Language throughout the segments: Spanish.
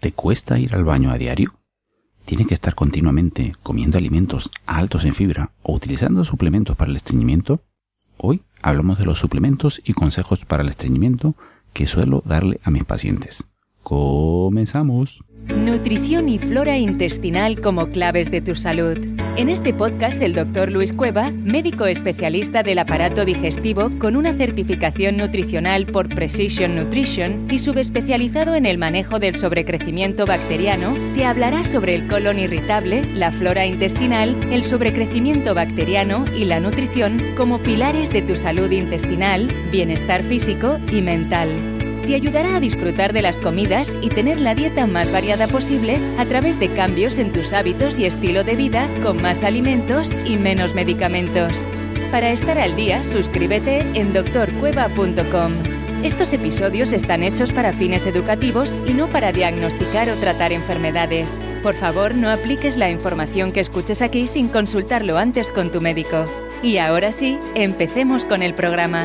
¿Te cuesta ir al baño a diario? ¿Tienes que estar continuamente comiendo alimentos altos en fibra o utilizando suplementos para el estreñimiento? Hoy hablamos de los suplementos y consejos para el estreñimiento que suelo darle a mis pacientes. ¡Comenzamos! Nutrición y flora intestinal como claves de tu salud. En este podcast el Dr. Luis Cueva, médico especialista del aparato digestivo con una certificación nutricional por Precision Nutrition y subespecializado en el manejo del sobrecrecimiento bacteriano, te hablará sobre el colon irritable, la flora intestinal, el sobrecrecimiento bacteriano y la nutrición como pilares de tu salud intestinal, bienestar físico y mental. Te ayudará a disfrutar de las comidas y tener la dieta más variada posible a través de cambios en tus hábitos y estilo de vida con más alimentos y menos medicamentos. Para estar al día, suscríbete en drcueva.com. Estos episodios están hechos para fines educativos y no para diagnosticar o tratar enfermedades. Por favor, no apliques la información que escuches aquí sin consultarlo antes con tu médico. Y ahora sí, empecemos con el programa.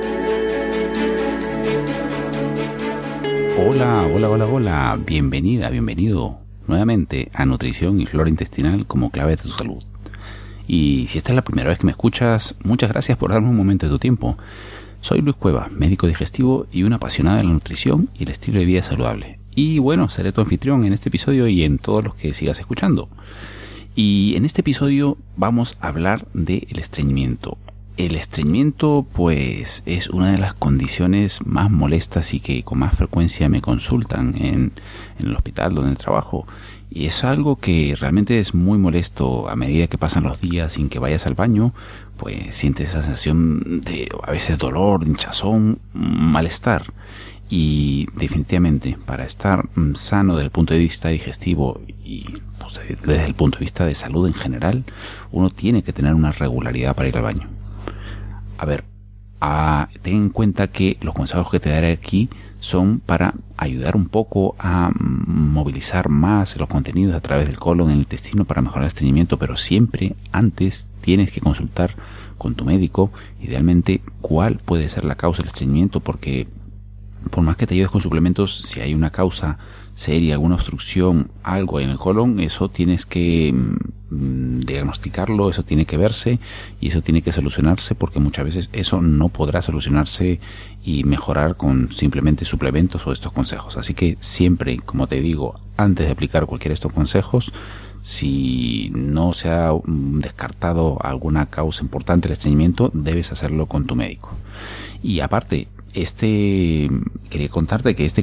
Hola. Bienvenido nuevamente a Nutrición y Flora Intestinal como clave de tu salud. Y si esta es la primera vez que me escuchas, muchas gracias por darme un momento de tu tiempo. Soy Luis Cueva, médico digestivo y un apasionado de la nutrición y el estilo de vida saludable. Y bueno, seré tu anfitrión en este episodio y en todos los que sigas escuchando. Y en este episodio vamos a hablar del estreñimiento. El estreñimiento, pues, es una de las condiciones más molestas y que con más frecuencia me consultan en el hospital donde trabajo. Y es algo que realmente es muy molesto. A medida que pasan los días sin que vayas al baño, pues sientes esa sensación de a veces dolor, hinchazón, malestar. Y definitivamente, para estar sano desde el punto de vista digestivo y pues, desde el punto de vista de salud en general, uno tiene que tener una regularidad para ir al baño. A ver, ten en cuenta que los consejos que te daré aquí son para ayudar un poco a movilizar más los contenidos a través del colon en el intestino para mejorar el estreñimiento, pero siempre antes tienes que consultar con tu médico, idealmente, cuál puede ser la causa del estreñimiento, porque por más que te ayudes con suplementos, si hay una causa seria, alguna obstrucción, algo en el colon, eso tienes que diagnosticarlo, eso tiene que verse y eso tiene que solucionarse, porque muchas veces eso no podrá solucionarse y mejorar con simplemente suplementos o estos consejos. Así que siempre, como te digo, antes de aplicar cualquiera de estos consejos, si no se ha descartado alguna causa importante del estreñimiento, debes hacerlo con tu médico. Y aparte, quería contarte que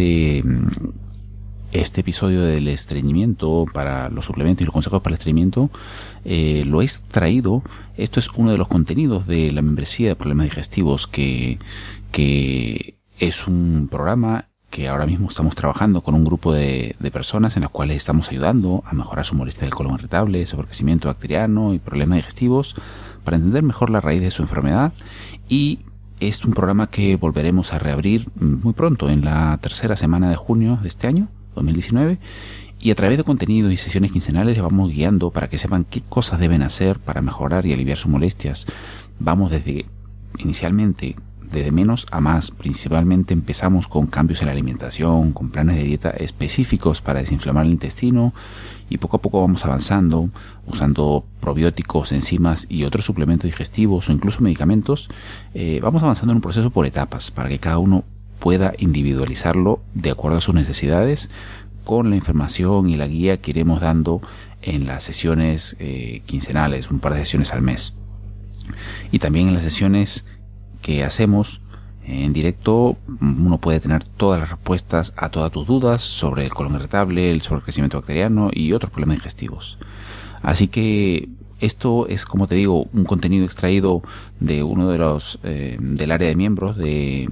este episodio del estreñimiento para los suplementos y los consejos para el estreñimiento lo he extraído. Esto es uno de los contenidos de la membresía de problemas digestivos que es un programa que ahora mismo estamos trabajando con un grupo de personas en las cuales estamos ayudando a mejorar su molestia del colon irritable, sobrecrecimiento bacteriano y problemas digestivos para entender mejor la raíz de su enfermedad. Y es un programa que volveremos a reabrir muy pronto, en la tercera semana de junio de este año, 2019, y a través de contenidos y sesiones quincenales les vamos guiando para que sepan qué cosas deben hacer para mejorar y aliviar sus molestias. Vamos inicialmente desde menos a más. Principalmente empezamos con cambios en la alimentación, con planes de dieta específicos para desinflamar el intestino, y poco a poco vamos avanzando usando probióticos, enzimas y otros suplementos digestivos o incluso medicamentos. Vamos avanzando en un proceso por etapas para que cada uno pueda individualizarlo de acuerdo a sus necesidades, con la información y la guía que iremos dando en las sesiones quincenales, un par de sesiones al mes. Y también en las sesiones que hacemos en directo, uno puede tener todas las respuestas a todas tus dudas sobre el colon irritable, el sobrecrecimiento bacteriano y otros problemas digestivos. Así que esto es, como te digo, un contenido extraído de uno de los del área de miembros de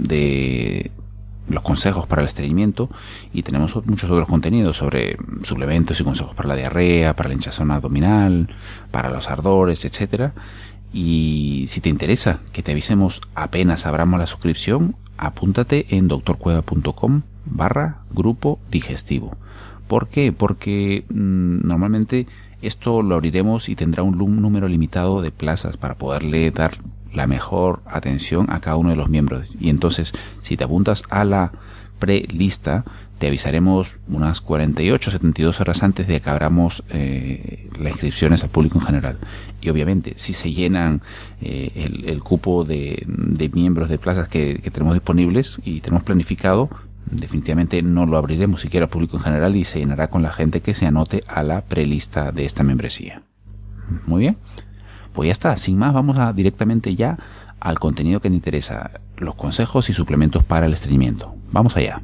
los consejos para el estreñimiento, y tenemos muchos otros contenidos sobre suplementos y consejos para la diarrea, para la hinchazón abdominal, para los ardores, etcétera. Y si te interesa que te avisemos apenas abramos la suscripción, apúntate en drcueva.com/grupo digestivo. ¿Por qué? Porque normalmente esto lo abriremos y tendrá un número limitado de plazas para poderle dar la mejor atención a cada uno de los miembros. Y entonces, si te apuntas a la prelista, te avisaremos unas 48, 72 horas antes de que abramos las inscripciones al público en general. Y obviamente, si se llenan el cupo de miembros de plazas que tenemos disponibles y tenemos planificado, definitivamente no lo abriremos siquiera al público en general y se llenará con la gente que se anote a la prelista de esta membresía. Muy bien, pues ya está. Sin más, vamos directamente ya al contenido que te interesa, los consejos y suplementos para el estreñimiento. Vamos allá.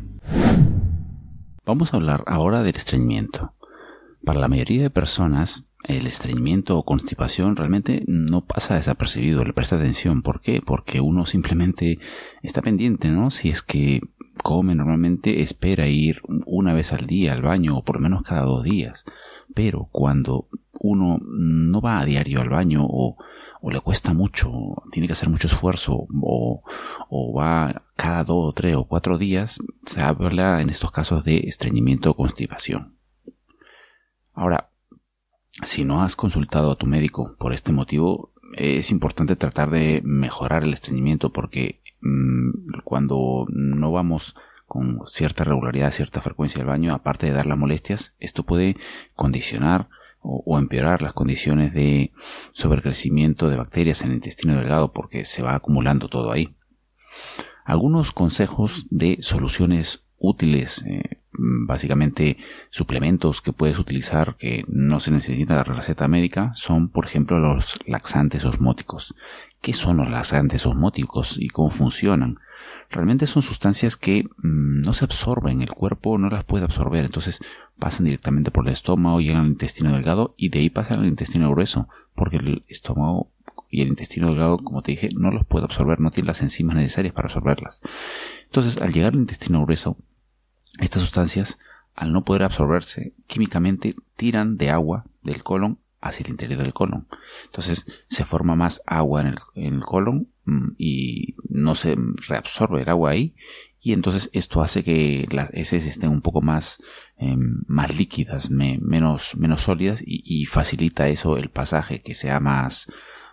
Vamos a hablar ahora del estreñimiento. Para la mayoría de personas, el estreñimiento o constipación realmente no pasa desapercibido, le presta atención. ¿Por qué? Porque uno simplemente está pendiente, ¿no? Si es que come normalmente, espera ir una vez al día al baño o por lo menos cada 2 días. Pero cuando uno no va a diario al baño o le cuesta mucho, tiene que hacer mucho esfuerzo o va cada 2, 3 o 4 días, se habla en estos casos de estreñimiento o constipación. Ahora, si no has consultado a tu médico por este motivo, es importante tratar de mejorar el estreñimiento porque cuando no vamos con cierta regularidad, cierta frecuencia al baño, aparte de dar las molestias, esto puede condicionar o empeorar las condiciones de sobrecrecimiento de bacterias en el intestino delgado porque se va acumulando todo ahí. Algunos consejos de soluciones útiles, básicamente suplementos que puedes utilizar que no se necesita receta médica, son por ejemplo los laxantes osmóticos. ¿Qué son los laxantes osmóticos y cómo funcionan? Realmente son sustancias que no se absorben, el cuerpo no las puede absorber, entonces pasan directamente por el estómago, llegan al intestino delgado y de ahí pasan al intestino grueso, porque el estómago y el intestino delgado, como te dije, no los puede absorber, no tiene las enzimas necesarias para absorberlas. Entonces, al llegar al intestino grueso, estas sustancias, al no poder absorberse químicamente, tiran de agua del colon hacia el interior del colon. Entonces se forma más agua en el colon y no se reabsorbe el agua ahí, y entonces esto hace que las heces estén un poco más líquidas, menos sólidas, y facilita eso el pasaje, que sea más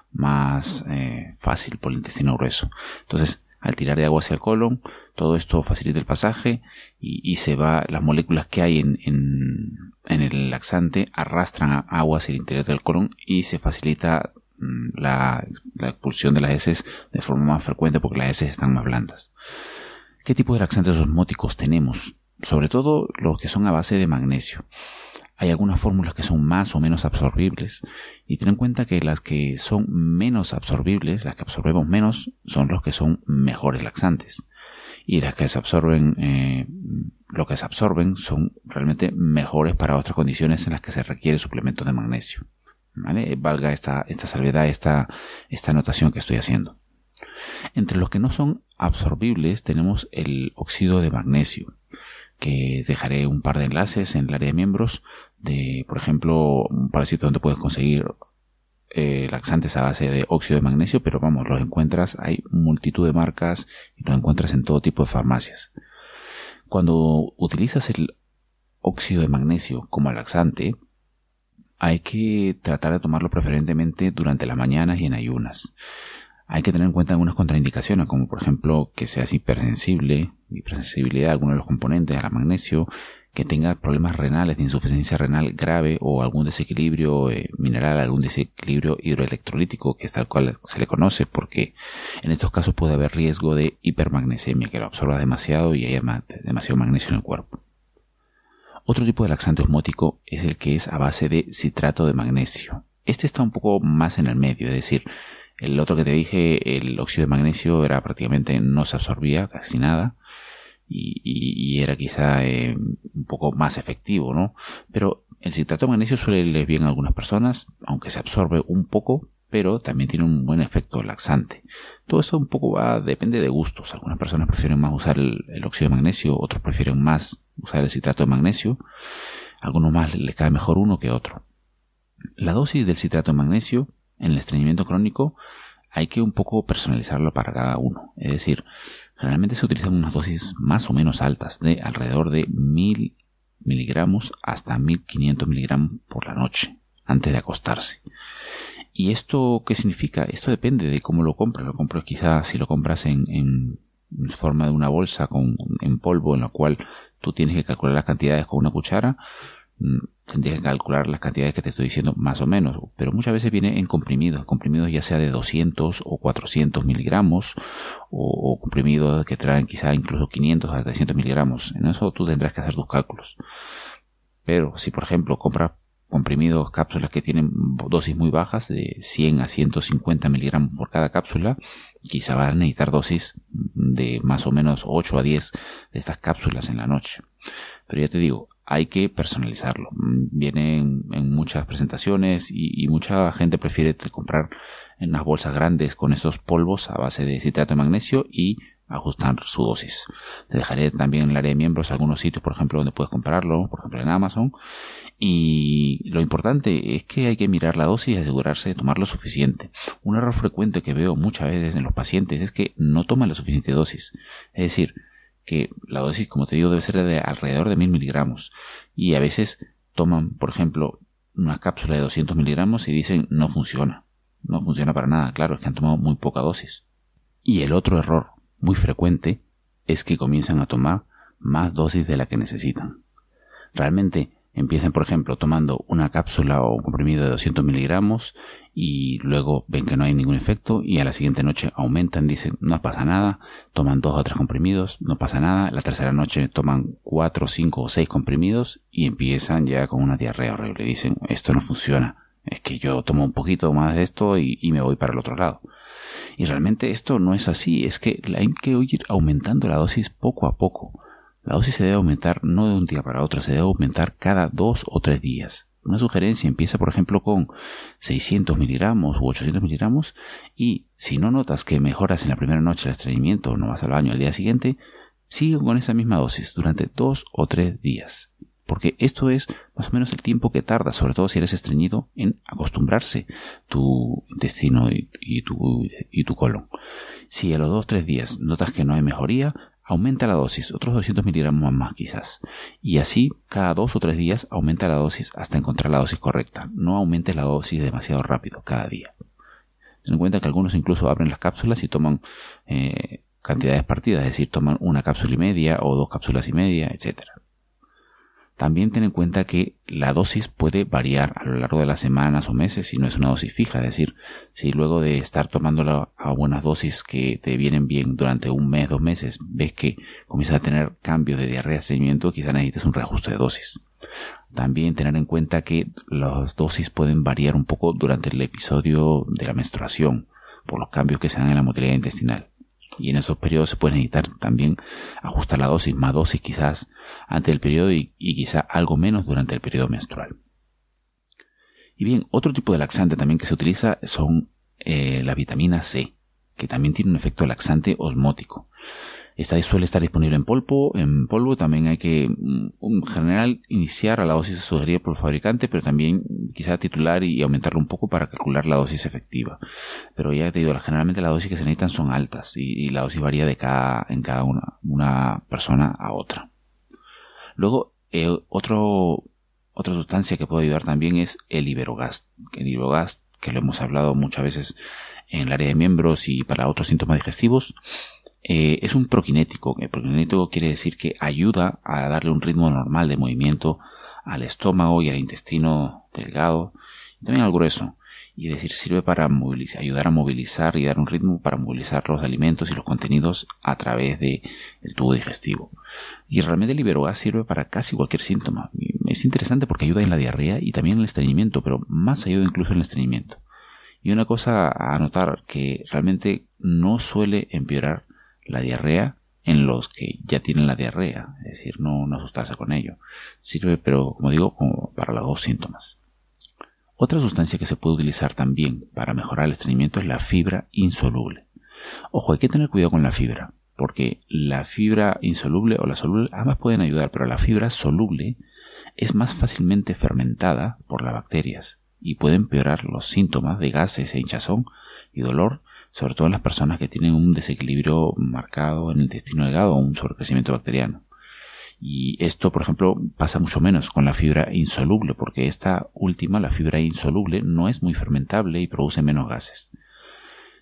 fácil por el intestino grueso. Entonces, al tirar de agua hacia el colon, todo esto facilita el pasaje y se va, las moléculas que hay en el laxante arrastran agua hacia el interior del colon y se facilita la expulsión de las heces de forma más frecuente porque las heces están más blandas. ¿Qué tipo de laxantes osmóticos tenemos? Sobre todo los que son a base de magnesio. Hay algunas fórmulas que son más o menos absorbibles, y ten en cuenta que las que son menos absorbibles, las que absorbemos menos, son los que son mejores laxantes, y las que se absorben, lo que se absorben son realmente mejores para otras condiciones en las que se requiere suplemento de magnesio. ¿Vale? Valga esta salvedad, esta anotación que estoy haciendo. Entre los que no son absorbibles tenemos el óxido de magnesio, que dejaré un par de enlaces en el área de miembros de, por ejemplo, un parásito donde puedes conseguir laxantes a base de óxido de magnesio, pero vamos, los encuentras, hay multitud de marcas y los encuentras en todo tipo de farmacias. Cuando utilizas el óxido de magnesio como laxante, hay que tratar de tomarlo preferentemente durante las mañanas y en ayunas. Hay que tener en cuenta algunas contraindicaciones, como por ejemplo que seas hipersensibilidad a alguno de los componentes, al magnesio, que tenga problemas renales, de insuficiencia renal grave o algún desequilibrio mineral, algún desequilibrio hidroelectrolítico, que es tal cual se le conoce, porque en estos casos puede haber riesgo de hipermagnesemia, que lo absorba demasiado y haya demasiado magnesio en el cuerpo. Otro tipo de laxante osmótico es el que es a base de citrato de magnesio. Este está un poco más en el medio, es decir, el otro que te dije, el óxido de magnesio, era prácticamente no se absorbía casi nada y era quizá un poco más efectivo, ¿no? Pero el citrato de magnesio suele ir bien a algunas personas, aunque se absorbe un poco, pero también tiene un buen efecto laxante. Todo esto un poco depende de gustos. Algunas personas prefieren más usar el óxido de magnesio, otros prefieren más usar el citrato de magnesio. A algunos más les cae mejor uno que otro. La dosis del citrato de magnesio en el estreñimiento crónico hay que un poco personalizarlo para cada uno. Es decir, generalmente se utilizan unas dosis más o menos altas, de alrededor de 1000 miligramos hasta 1500 miligramos por la noche, antes de acostarse. ¿Y esto qué significa? Esto depende de cómo lo compras. Lo compras quizás si lo compras en forma de una bolsa en polvo, en la cual tú tienes que calcular las cantidades con una cuchara. Tendrías que calcular las cantidades que te estoy diciendo más o menos, pero muchas veces viene en comprimidos ya sea de 200 o 400 miligramos o comprimidos que traen quizá incluso 500 a 300 miligramos. En eso tú tendrás que hacer tus cálculos. Pero si por ejemplo compras comprimidos, cápsulas que tienen dosis muy bajas de 100 a 150 miligramos por cada cápsula, quizá van a necesitar dosis de más o menos 8 a 10 de estas cápsulas en la noche. Pero ya te digo, hay que personalizarlo. Vienen en muchas presentaciones y mucha gente prefiere comprar en unas bolsas grandes con estos polvos a base de citrato de magnesio y ajustar su dosis. Te dejaré también en el área de miembros algunos sitios, por ejemplo, donde puedes comprarlo, por ejemplo en Amazon. Y lo importante es que hay que mirar la dosis y asegurarse de tomar lo suficiente. Un error frecuente que veo muchas veces en los pacientes es que no toman la suficiente dosis. Es decir, que la dosis, como te digo, debe ser de alrededor de 1000 miligramos. Y a veces toman, por ejemplo, una cápsula de 200 miligramos y dicen no funciona. No funciona para nada. Claro, es que han tomado muy poca dosis. Y el otro error muy frecuente es que comienzan a tomar más dosis de la que necesitan. Realmente empiezan, por ejemplo, tomando una cápsula o un comprimido de 200 miligramos y luego ven que no hay ningún efecto y a la siguiente noche aumentan, dicen no pasa nada, toman 2 o 3 comprimidos, no pasa nada, la tercera noche toman 4, 5 o 6 comprimidos y empiezan ya con una diarrea horrible. Dicen esto no funciona, es que yo tomo un poquito más de esto y me voy para el otro lado. Y realmente esto no es así, es que hay que ir aumentando la dosis poco a poco. La dosis se debe aumentar no de un día para otro, se debe aumentar cada 2 o 3 días. Una sugerencia, empieza por ejemplo con 600 miligramos u 800 miligramos y si no notas que mejoras en la primera noche el estreñimiento o no vas al baño al día siguiente, sigue con esa misma dosis durante 2 o 3 días. Porque esto es más o menos el tiempo que tarda, sobre todo si eres estreñido, en acostumbrarse tu intestino y tu colon. Si a los 2 o 3 días notas que no hay mejoría, aumenta la dosis, otros 200 miligramos más quizás. Y así, cada 2 o 3 días aumenta la dosis hasta encontrar la dosis correcta. No aumentes la dosis demasiado rápido cada día. Ten en cuenta que algunos incluso abren las cápsulas y toman cantidades partidas, es decir, toman una cápsula y media o 2 cápsulas y media, etc. También ten en cuenta que la dosis puede variar a lo largo de las semanas o meses si no es una dosis fija. Es decir, si luego de estar tomándola a buenas dosis que te vienen bien durante un mes, 2 meses, ves que comienzas a tener cambios de diarrea, estreñimiento, quizá necesites un reajuste de dosis. También tener en cuenta que las dosis pueden variar un poco durante el episodio de la menstruación por los cambios que se dan en la motilidad intestinal. Y en esos periodos se puede necesitar también ajustar la dosis, más dosis quizás antes del periodo y quizá algo menos durante el periodo menstrual. Y bien, otro tipo de laxante también que se utiliza son la vitamina C, que también tiene un efecto laxante osmótico. Esta suele estar disponible en polvo también hay que, en general, iniciar a la dosis sugerida por el fabricante, pero también quizá titular y aumentarlo un poco para calcular la dosis efectiva. Pero ya te digo, generalmente las dosis que se necesitan son altas y la dosis varía en cada una persona a otra. Luego, otra sustancia que puede ayudar también es el Iberogast. El Iberogast, que lo hemos hablado muchas veces en el área de miembros y para otros síntomas digestivos, es un prokinético. El prokinético quiere decir que ayuda a darle un ritmo normal de movimiento al estómago y al intestino delgado y también al grueso. Y es decir, sirve para ayudar a movilizar y dar un ritmo para movilizar los alimentos y los contenidos a través del tubo digestivo. Y realmente el Iberogast sirve para casi cualquier síntoma. Es interesante porque ayuda en la diarrea y también en el estreñimiento, pero más ayuda incluso en el estreñimiento. Y una cosa a notar, que realmente no suele empeorar la diarrea en los que ya tienen la diarrea, es decir, no asustarse con ello. Sirve, pero como digo, como para los 2 síntomas. Otra sustancia que se puede utilizar también para mejorar el estreñimiento es la fibra insoluble. Ojo, hay que tener cuidado con la fibra, porque la fibra insoluble o la soluble ambas pueden ayudar, pero la fibra soluble es más fácilmente fermentada por las bacterias y puede empeorar los síntomas de gases e hinchazón y dolor, sobre todo en las personas que tienen un desequilibrio marcado en el intestino delgado o un sobrecrecimiento bacteriano. Y esto, por ejemplo, pasa mucho menos con la fibra insoluble, porque esta última, la fibra insoluble, no es muy fermentable y produce menos gases.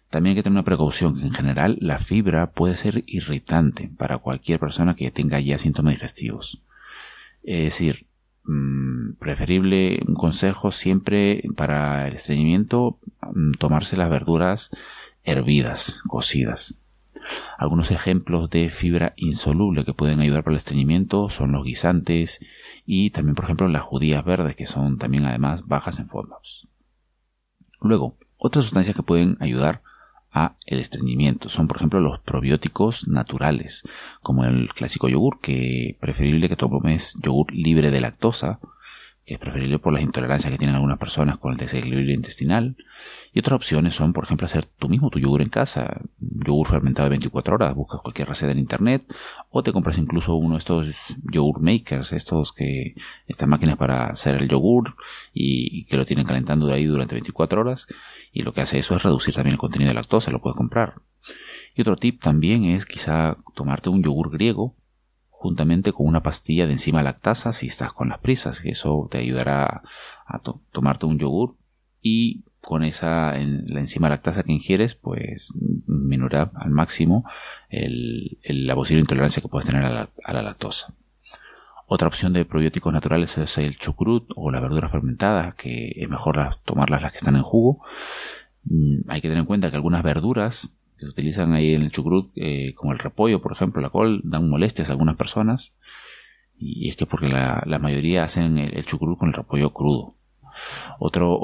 También hay que tener una precaución, que en general la fibra puede ser irritante para cualquier persona que tenga ya síntomas digestivos. Es decir, preferible, un consejo siempre para el estreñimiento, tomarse las verduras hervidas, cocidas. Algunos ejemplos de fibra insoluble que pueden ayudar para el estreñimiento son los guisantes y también, por ejemplo, las judías verdes, que son también además bajas en FODMAPs. Luego, otras sustancias que pueden ayudar a el estreñimiento son, por ejemplo, los probióticos naturales, como el clásico yogur, que es preferible que tomes yogur libre de lactosa, que es preferible por las intolerancias que tienen algunas personas con el desequilibrio intestinal. Y otras opciones son, por ejemplo, hacer tú mismo tu yogur en casa, yogur fermentado de 24 horas, buscas cualquier receta en internet, o te compras incluso uno de estos yogur makers, estas máquinas para hacer el yogur y que lo tienen calentando de ahí durante 24 horas, y lo que hace eso es reducir también el contenido de lactosa, lo puedes comprar. Y otro tip también es quizá tomarte un yogur griego juntamente con una pastilla de enzima lactasa si estás con las prisas. Eso te ayudará a tomarte un yogur y con la enzima lactasa que ingieres, pues minorar al máximo la posible intolerancia que puedes tener a la lactosa. Otra opción de probióticos naturales es el chucrut o la verdura fermentada, que es mejor tomarlas las que están en jugo. Hay que tener en cuenta que algunas verduras que se utilizan ahí en el chucrut, como el repollo, por ejemplo, la col, dan molestias a algunas personas, y es que porque la mayoría hacen el chucrut con el repollo crudo. Otro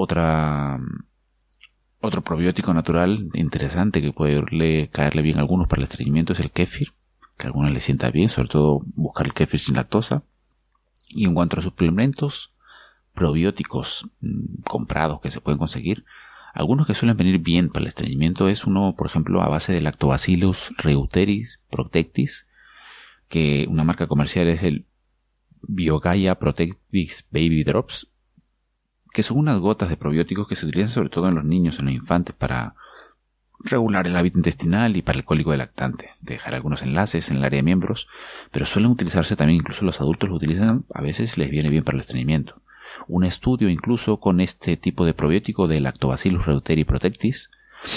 probiótico natural interesante que puede caerle bien a algunos para el estreñimiento es el kéfir, que a algunos les sienta bien, sobre todo buscar el kéfir sin lactosa. Y en cuanto a suplementos probióticos comprados que se pueden conseguir, algunos que suelen venir bien para el estreñimiento es uno, por ejemplo, a base de Lactobacillus reuteris protectis, que una marca comercial es el BioGaia Protectis Baby Drops, que son unas gotas de probióticos que se utilizan sobre todo en los niños, en los infantes, para regular el hábito intestinal y para el cólico de lactante. Dejar algunos enlaces en el área de miembros, pero suelen utilizarse también, incluso los adultos lo utilizan, a veces les viene bien para el estreñimiento. Un estudio incluso con este tipo de probiótico de Lactobacillus reuteri protectis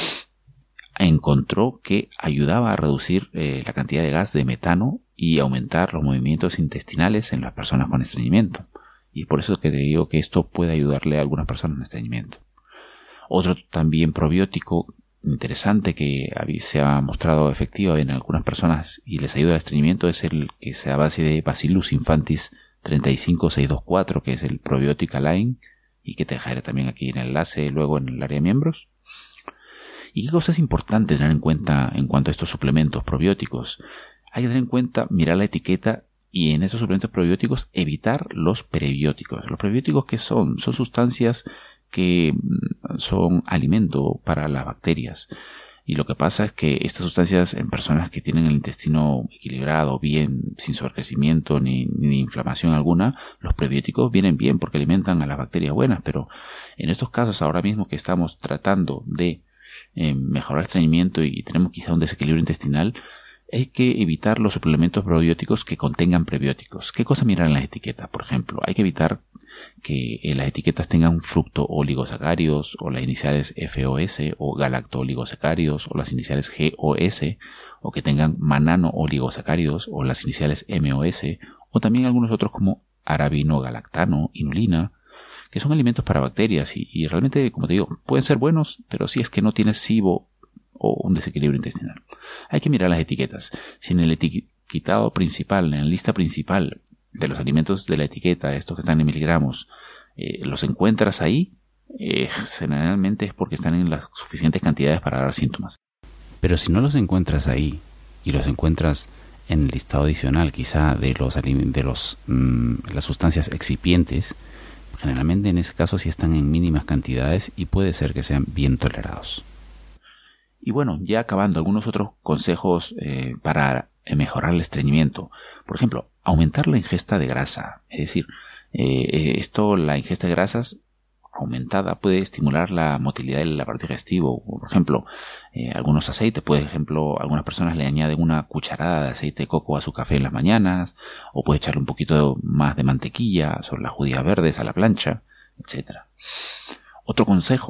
encontró que ayudaba a reducir la cantidad de gas de metano y aumentar los movimientos intestinales en las personas con estreñimiento. Y por eso es que te digo que esto puede ayudarle a algunas personas en estreñimiento. Otro también probiótico interesante que se ha mostrado efectivo en algunas personas y les ayuda al estreñimiento es el que se a base de Bacillus infantis 35624, que es el Probiotic Align, y que te dejaré también aquí en el enlace luego en el área de miembros. ¿Y qué cosas importantes tener en cuenta en cuanto a estos suplementos probióticos? Hay que tener en cuenta, mirar la etiqueta y en estos suplementos probióticos evitar los prebióticos. Los prebióticos, ¿qué son? Son sustancias que son alimento para las bacterias. Y lo que pasa es que estas sustancias en personas que tienen el intestino equilibrado, bien, sin sobrecrecimiento ni inflamación alguna, los prebióticos vienen bien porque alimentan a las bacterias buenas. Pero en estos casos ahora mismo que estamos tratando de mejorar el estreñimiento y tenemos quizá un desequilibrio intestinal, hay que evitar los suplementos probióticos que contengan prebióticos. ¿Qué cosa mirar en las etiquetas? Por ejemplo, hay que evitar que las etiquetas tengan fructooligosacáridos o las iniciales FOS o galactooligosacáridos o las iniciales GOS, o que tengan manano-oligosacáridos o las iniciales MOS, o también algunos otros como arabinogalactano, inulina, que son alimentos para bacterias y realmente, como te digo, pueden ser buenos, pero si es que no tienes SIBO o un desequilibrio intestinal. Hay que mirar las etiquetas. Si en el etiquetado principal, en la lista principal de los alimentos de la etiqueta, estos que están en miligramos, los encuentras ahí, generalmente es porque están en las suficientes cantidades para dar síntomas. Pero si no los encuentras ahí y los encuentras en el listado adicional, quizá de las sustancias excipientes, generalmente en ese caso sí están en mínimas cantidades y puede ser que sean bien tolerados. Y bueno, ya acabando, algunos otros consejos para mejorar el estreñimiento. Por ejemplo, aumentar la ingesta de grasa. Es decir, la ingesta de grasas aumentada puede estimular la motilidad del aparato digestivo. Por ejemplo, algunos aceites, algunas personas le añaden una cucharada de aceite de coco a su café en las mañanas, o puede echarle un poquito más de mantequilla sobre las judías verdes a la plancha, etc. Otro consejo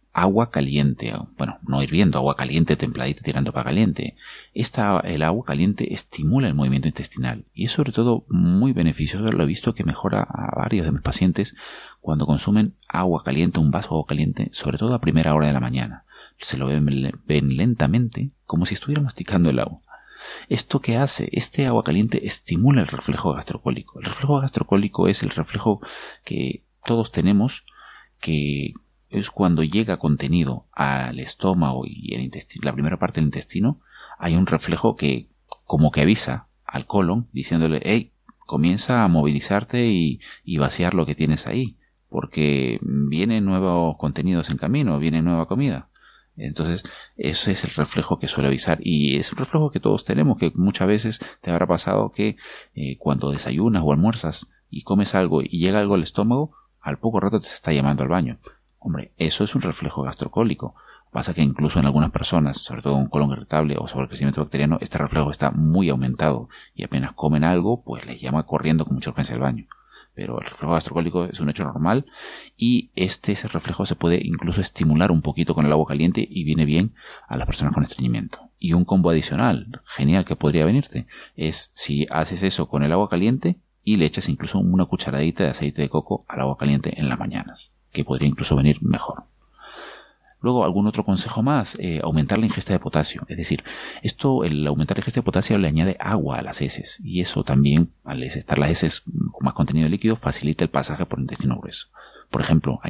agua caliente. Bueno, no hirviendo, agua caliente templadita tirando para caliente. El agua caliente estimula el movimiento intestinal y es sobre todo muy beneficioso. Lo he visto que mejora a varios de mis pacientes cuando consumen agua caliente, un vaso de agua caliente, sobre todo a primera hora de la mañana. Se lo ven lentamente como si estuviera masticando el agua. ¿Esto qué hace? Este agua caliente estimula el reflejo gastrocólico. El reflejo gastrocólico es el reflejo que todos tenemos, que es cuando llega contenido al estómago y el intestino, la primera parte del intestino, hay un reflejo que como que avisa al colon diciéndole, hey, comienza a movilizarte y vaciar lo que tienes ahí, porque vienen nuevos contenidos en camino, viene nueva comida. Entonces, ese es el reflejo que suele avisar y es un reflejo que todos tenemos, que muchas veces te habrá pasado que cuando desayunas o almuerzas y comes algo y llega algo al estómago, al poco rato te está llamando al baño. Hombre, eso es un reflejo gastrocólico. Pasa que incluso en algunas personas, sobre todo en colon irritable o sobrecrecimiento bacteriano, este reflejo está muy aumentado y apenas comen algo, pues les llama corriendo con mucha urgencia al baño. Pero el reflejo gastrocólico es un hecho normal y ese reflejo se puede incluso estimular un poquito con el agua caliente y viene bien a las personas con estreñimiento. Y un combo adicional, genial que podría venirte, es si haces eso con el agua caliente y le echas incluso una cucharadita de aceite de coco al agua caliente en las mañanas, que podría incluso venir mejor. Luego, algún otro consejo más, aumentar la ingesta de potasio. Es decir, el aumentar la ingesta de potasio le añade agua a las heces. Y eso también, al estar las heces con más contenido líquido, facilita el pasaje por el intestino grueso. Por ejemplo,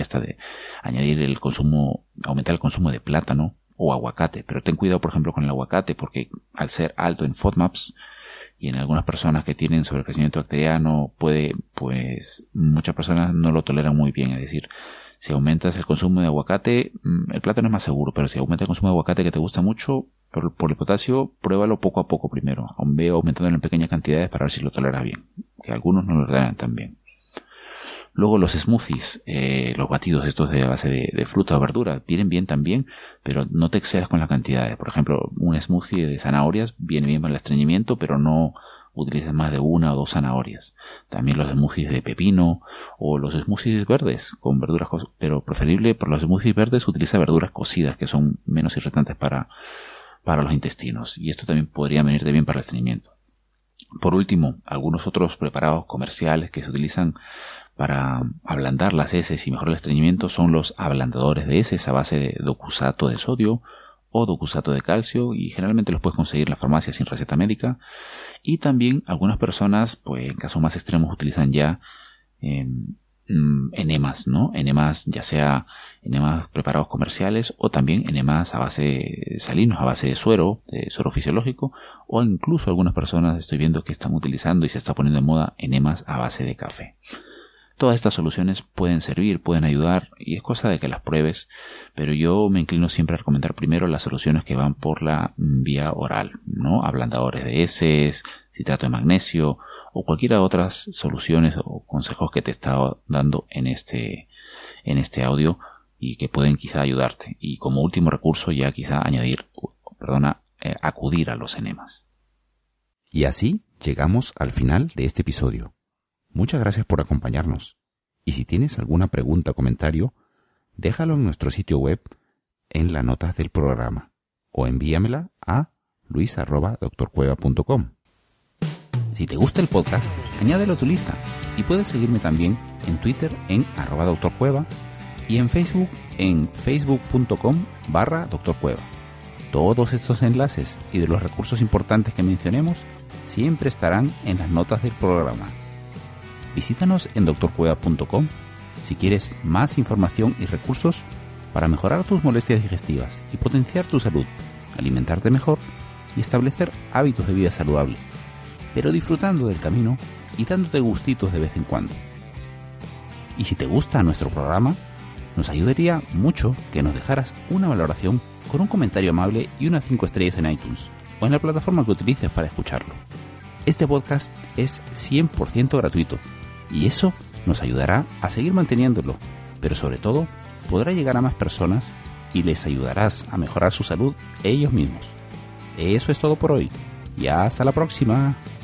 aumentar el consumo de plátano o aguacate. Pero ten cuidado, por ejemplo, con el aguacate, porque al ser alto en FODMAPs, y en algunas personas que tienen sobrecrecimiento bacteriano, muchas personas no lo toleran muy bien. Es decir, si aumentas el consumo de aguacate, el plátano es más seguro, pero si aumentas el consumo de aguacate que te gusta mucho, por el potasio, pruébalo poco a poco primero. Aún veo aumentándolo en pequeñas cantidades para ver si lo toleras bien, que algunos no lo toleran tan bien. Luego los smoothies, los batidos estos de base de fruta o verdura, vienen bien también, pero no te excedas con las cantidades. Por ejemplo, un smoothie de zanahorias viene bien para el estreñimiento, pero no utilices más de 1 o 2 zanahorias. También los smoothies de pepino o los smoothies verdes con verduras, pero preferible por los smoothies verdes utiliza verduras cocidas que son menos irritantes para los intestinos, y esto también podría venirte bien para el estreñimiento. Por último, algunos otros preparados comerciales que se utilizan para ablandar las heces y mejorar el estreñimiento son los ablandadores de heces a base de docusato de sodio o docusato de calcio, y generalmente los puedes conseguir en la farmacia sin receta médica. Y también algunas personas, pues en casos más extremos, utilizan ya enemas, ¿no? Enemas, ya sea enemas preparados comerciales o también enemas a base de salinos, a base de suero fisiológico, o incluso algunas personas estoy viendo que están utilizando y se está poniendo en moda enemas a base de café. Todas estas soluciones pueden servir, pueden ayudar, y es cosa de que las pruebes, pero yo me inclino siempre a recomendar primero las soluciones que van por la vía oral, ¿no? Ablandadores de heces, citrato de magnesio o cualquiera de otras soluciones o consejos que te he estado dando en este audio y que pueden quizá ayudarte. Y como último recurso ya quizá acudir a los enemas. Y así llegamos al final de este episodio. Muchas gracias por acompañarnos. Y si tienes alguna pregunta o comentario, déjalo en nuestro sitio web en las notas del programa o envíamela a luis@drcueva.com. Si te gusta el podcast, añádelo a tu lista y puedes seguirme también en Twitter en @drcueva y en Facebook en facebook.com/drcueva. Todos estos enlaces y de los recursos importantes que mencionemos siempre estarán en las notas del programa. Visítanos en drcueva.com si quieres más información y recursos para mejorar tus molestias digestivas y potenciar tu salud, alimentarte mejor y establecer hábitos de vida saludable, pero disfrutando del camino y dándote gustitos de vez en cuando. Y si te gusta nuestro programa, nos ayudaría mucho que nos dejaras una valoración con un comentario amable y unas 5 estrellas en iTunes o en la plataforma que utilices para escucharlo. Este podcast es 100% gratuito y eso nos ayudará a seguir manteniéndolo, pero sobre todo podrá llegar a más personas y les ayudarás a mejorar su salud ellos mismos. Eso es todo por hoy y hasta la próxima.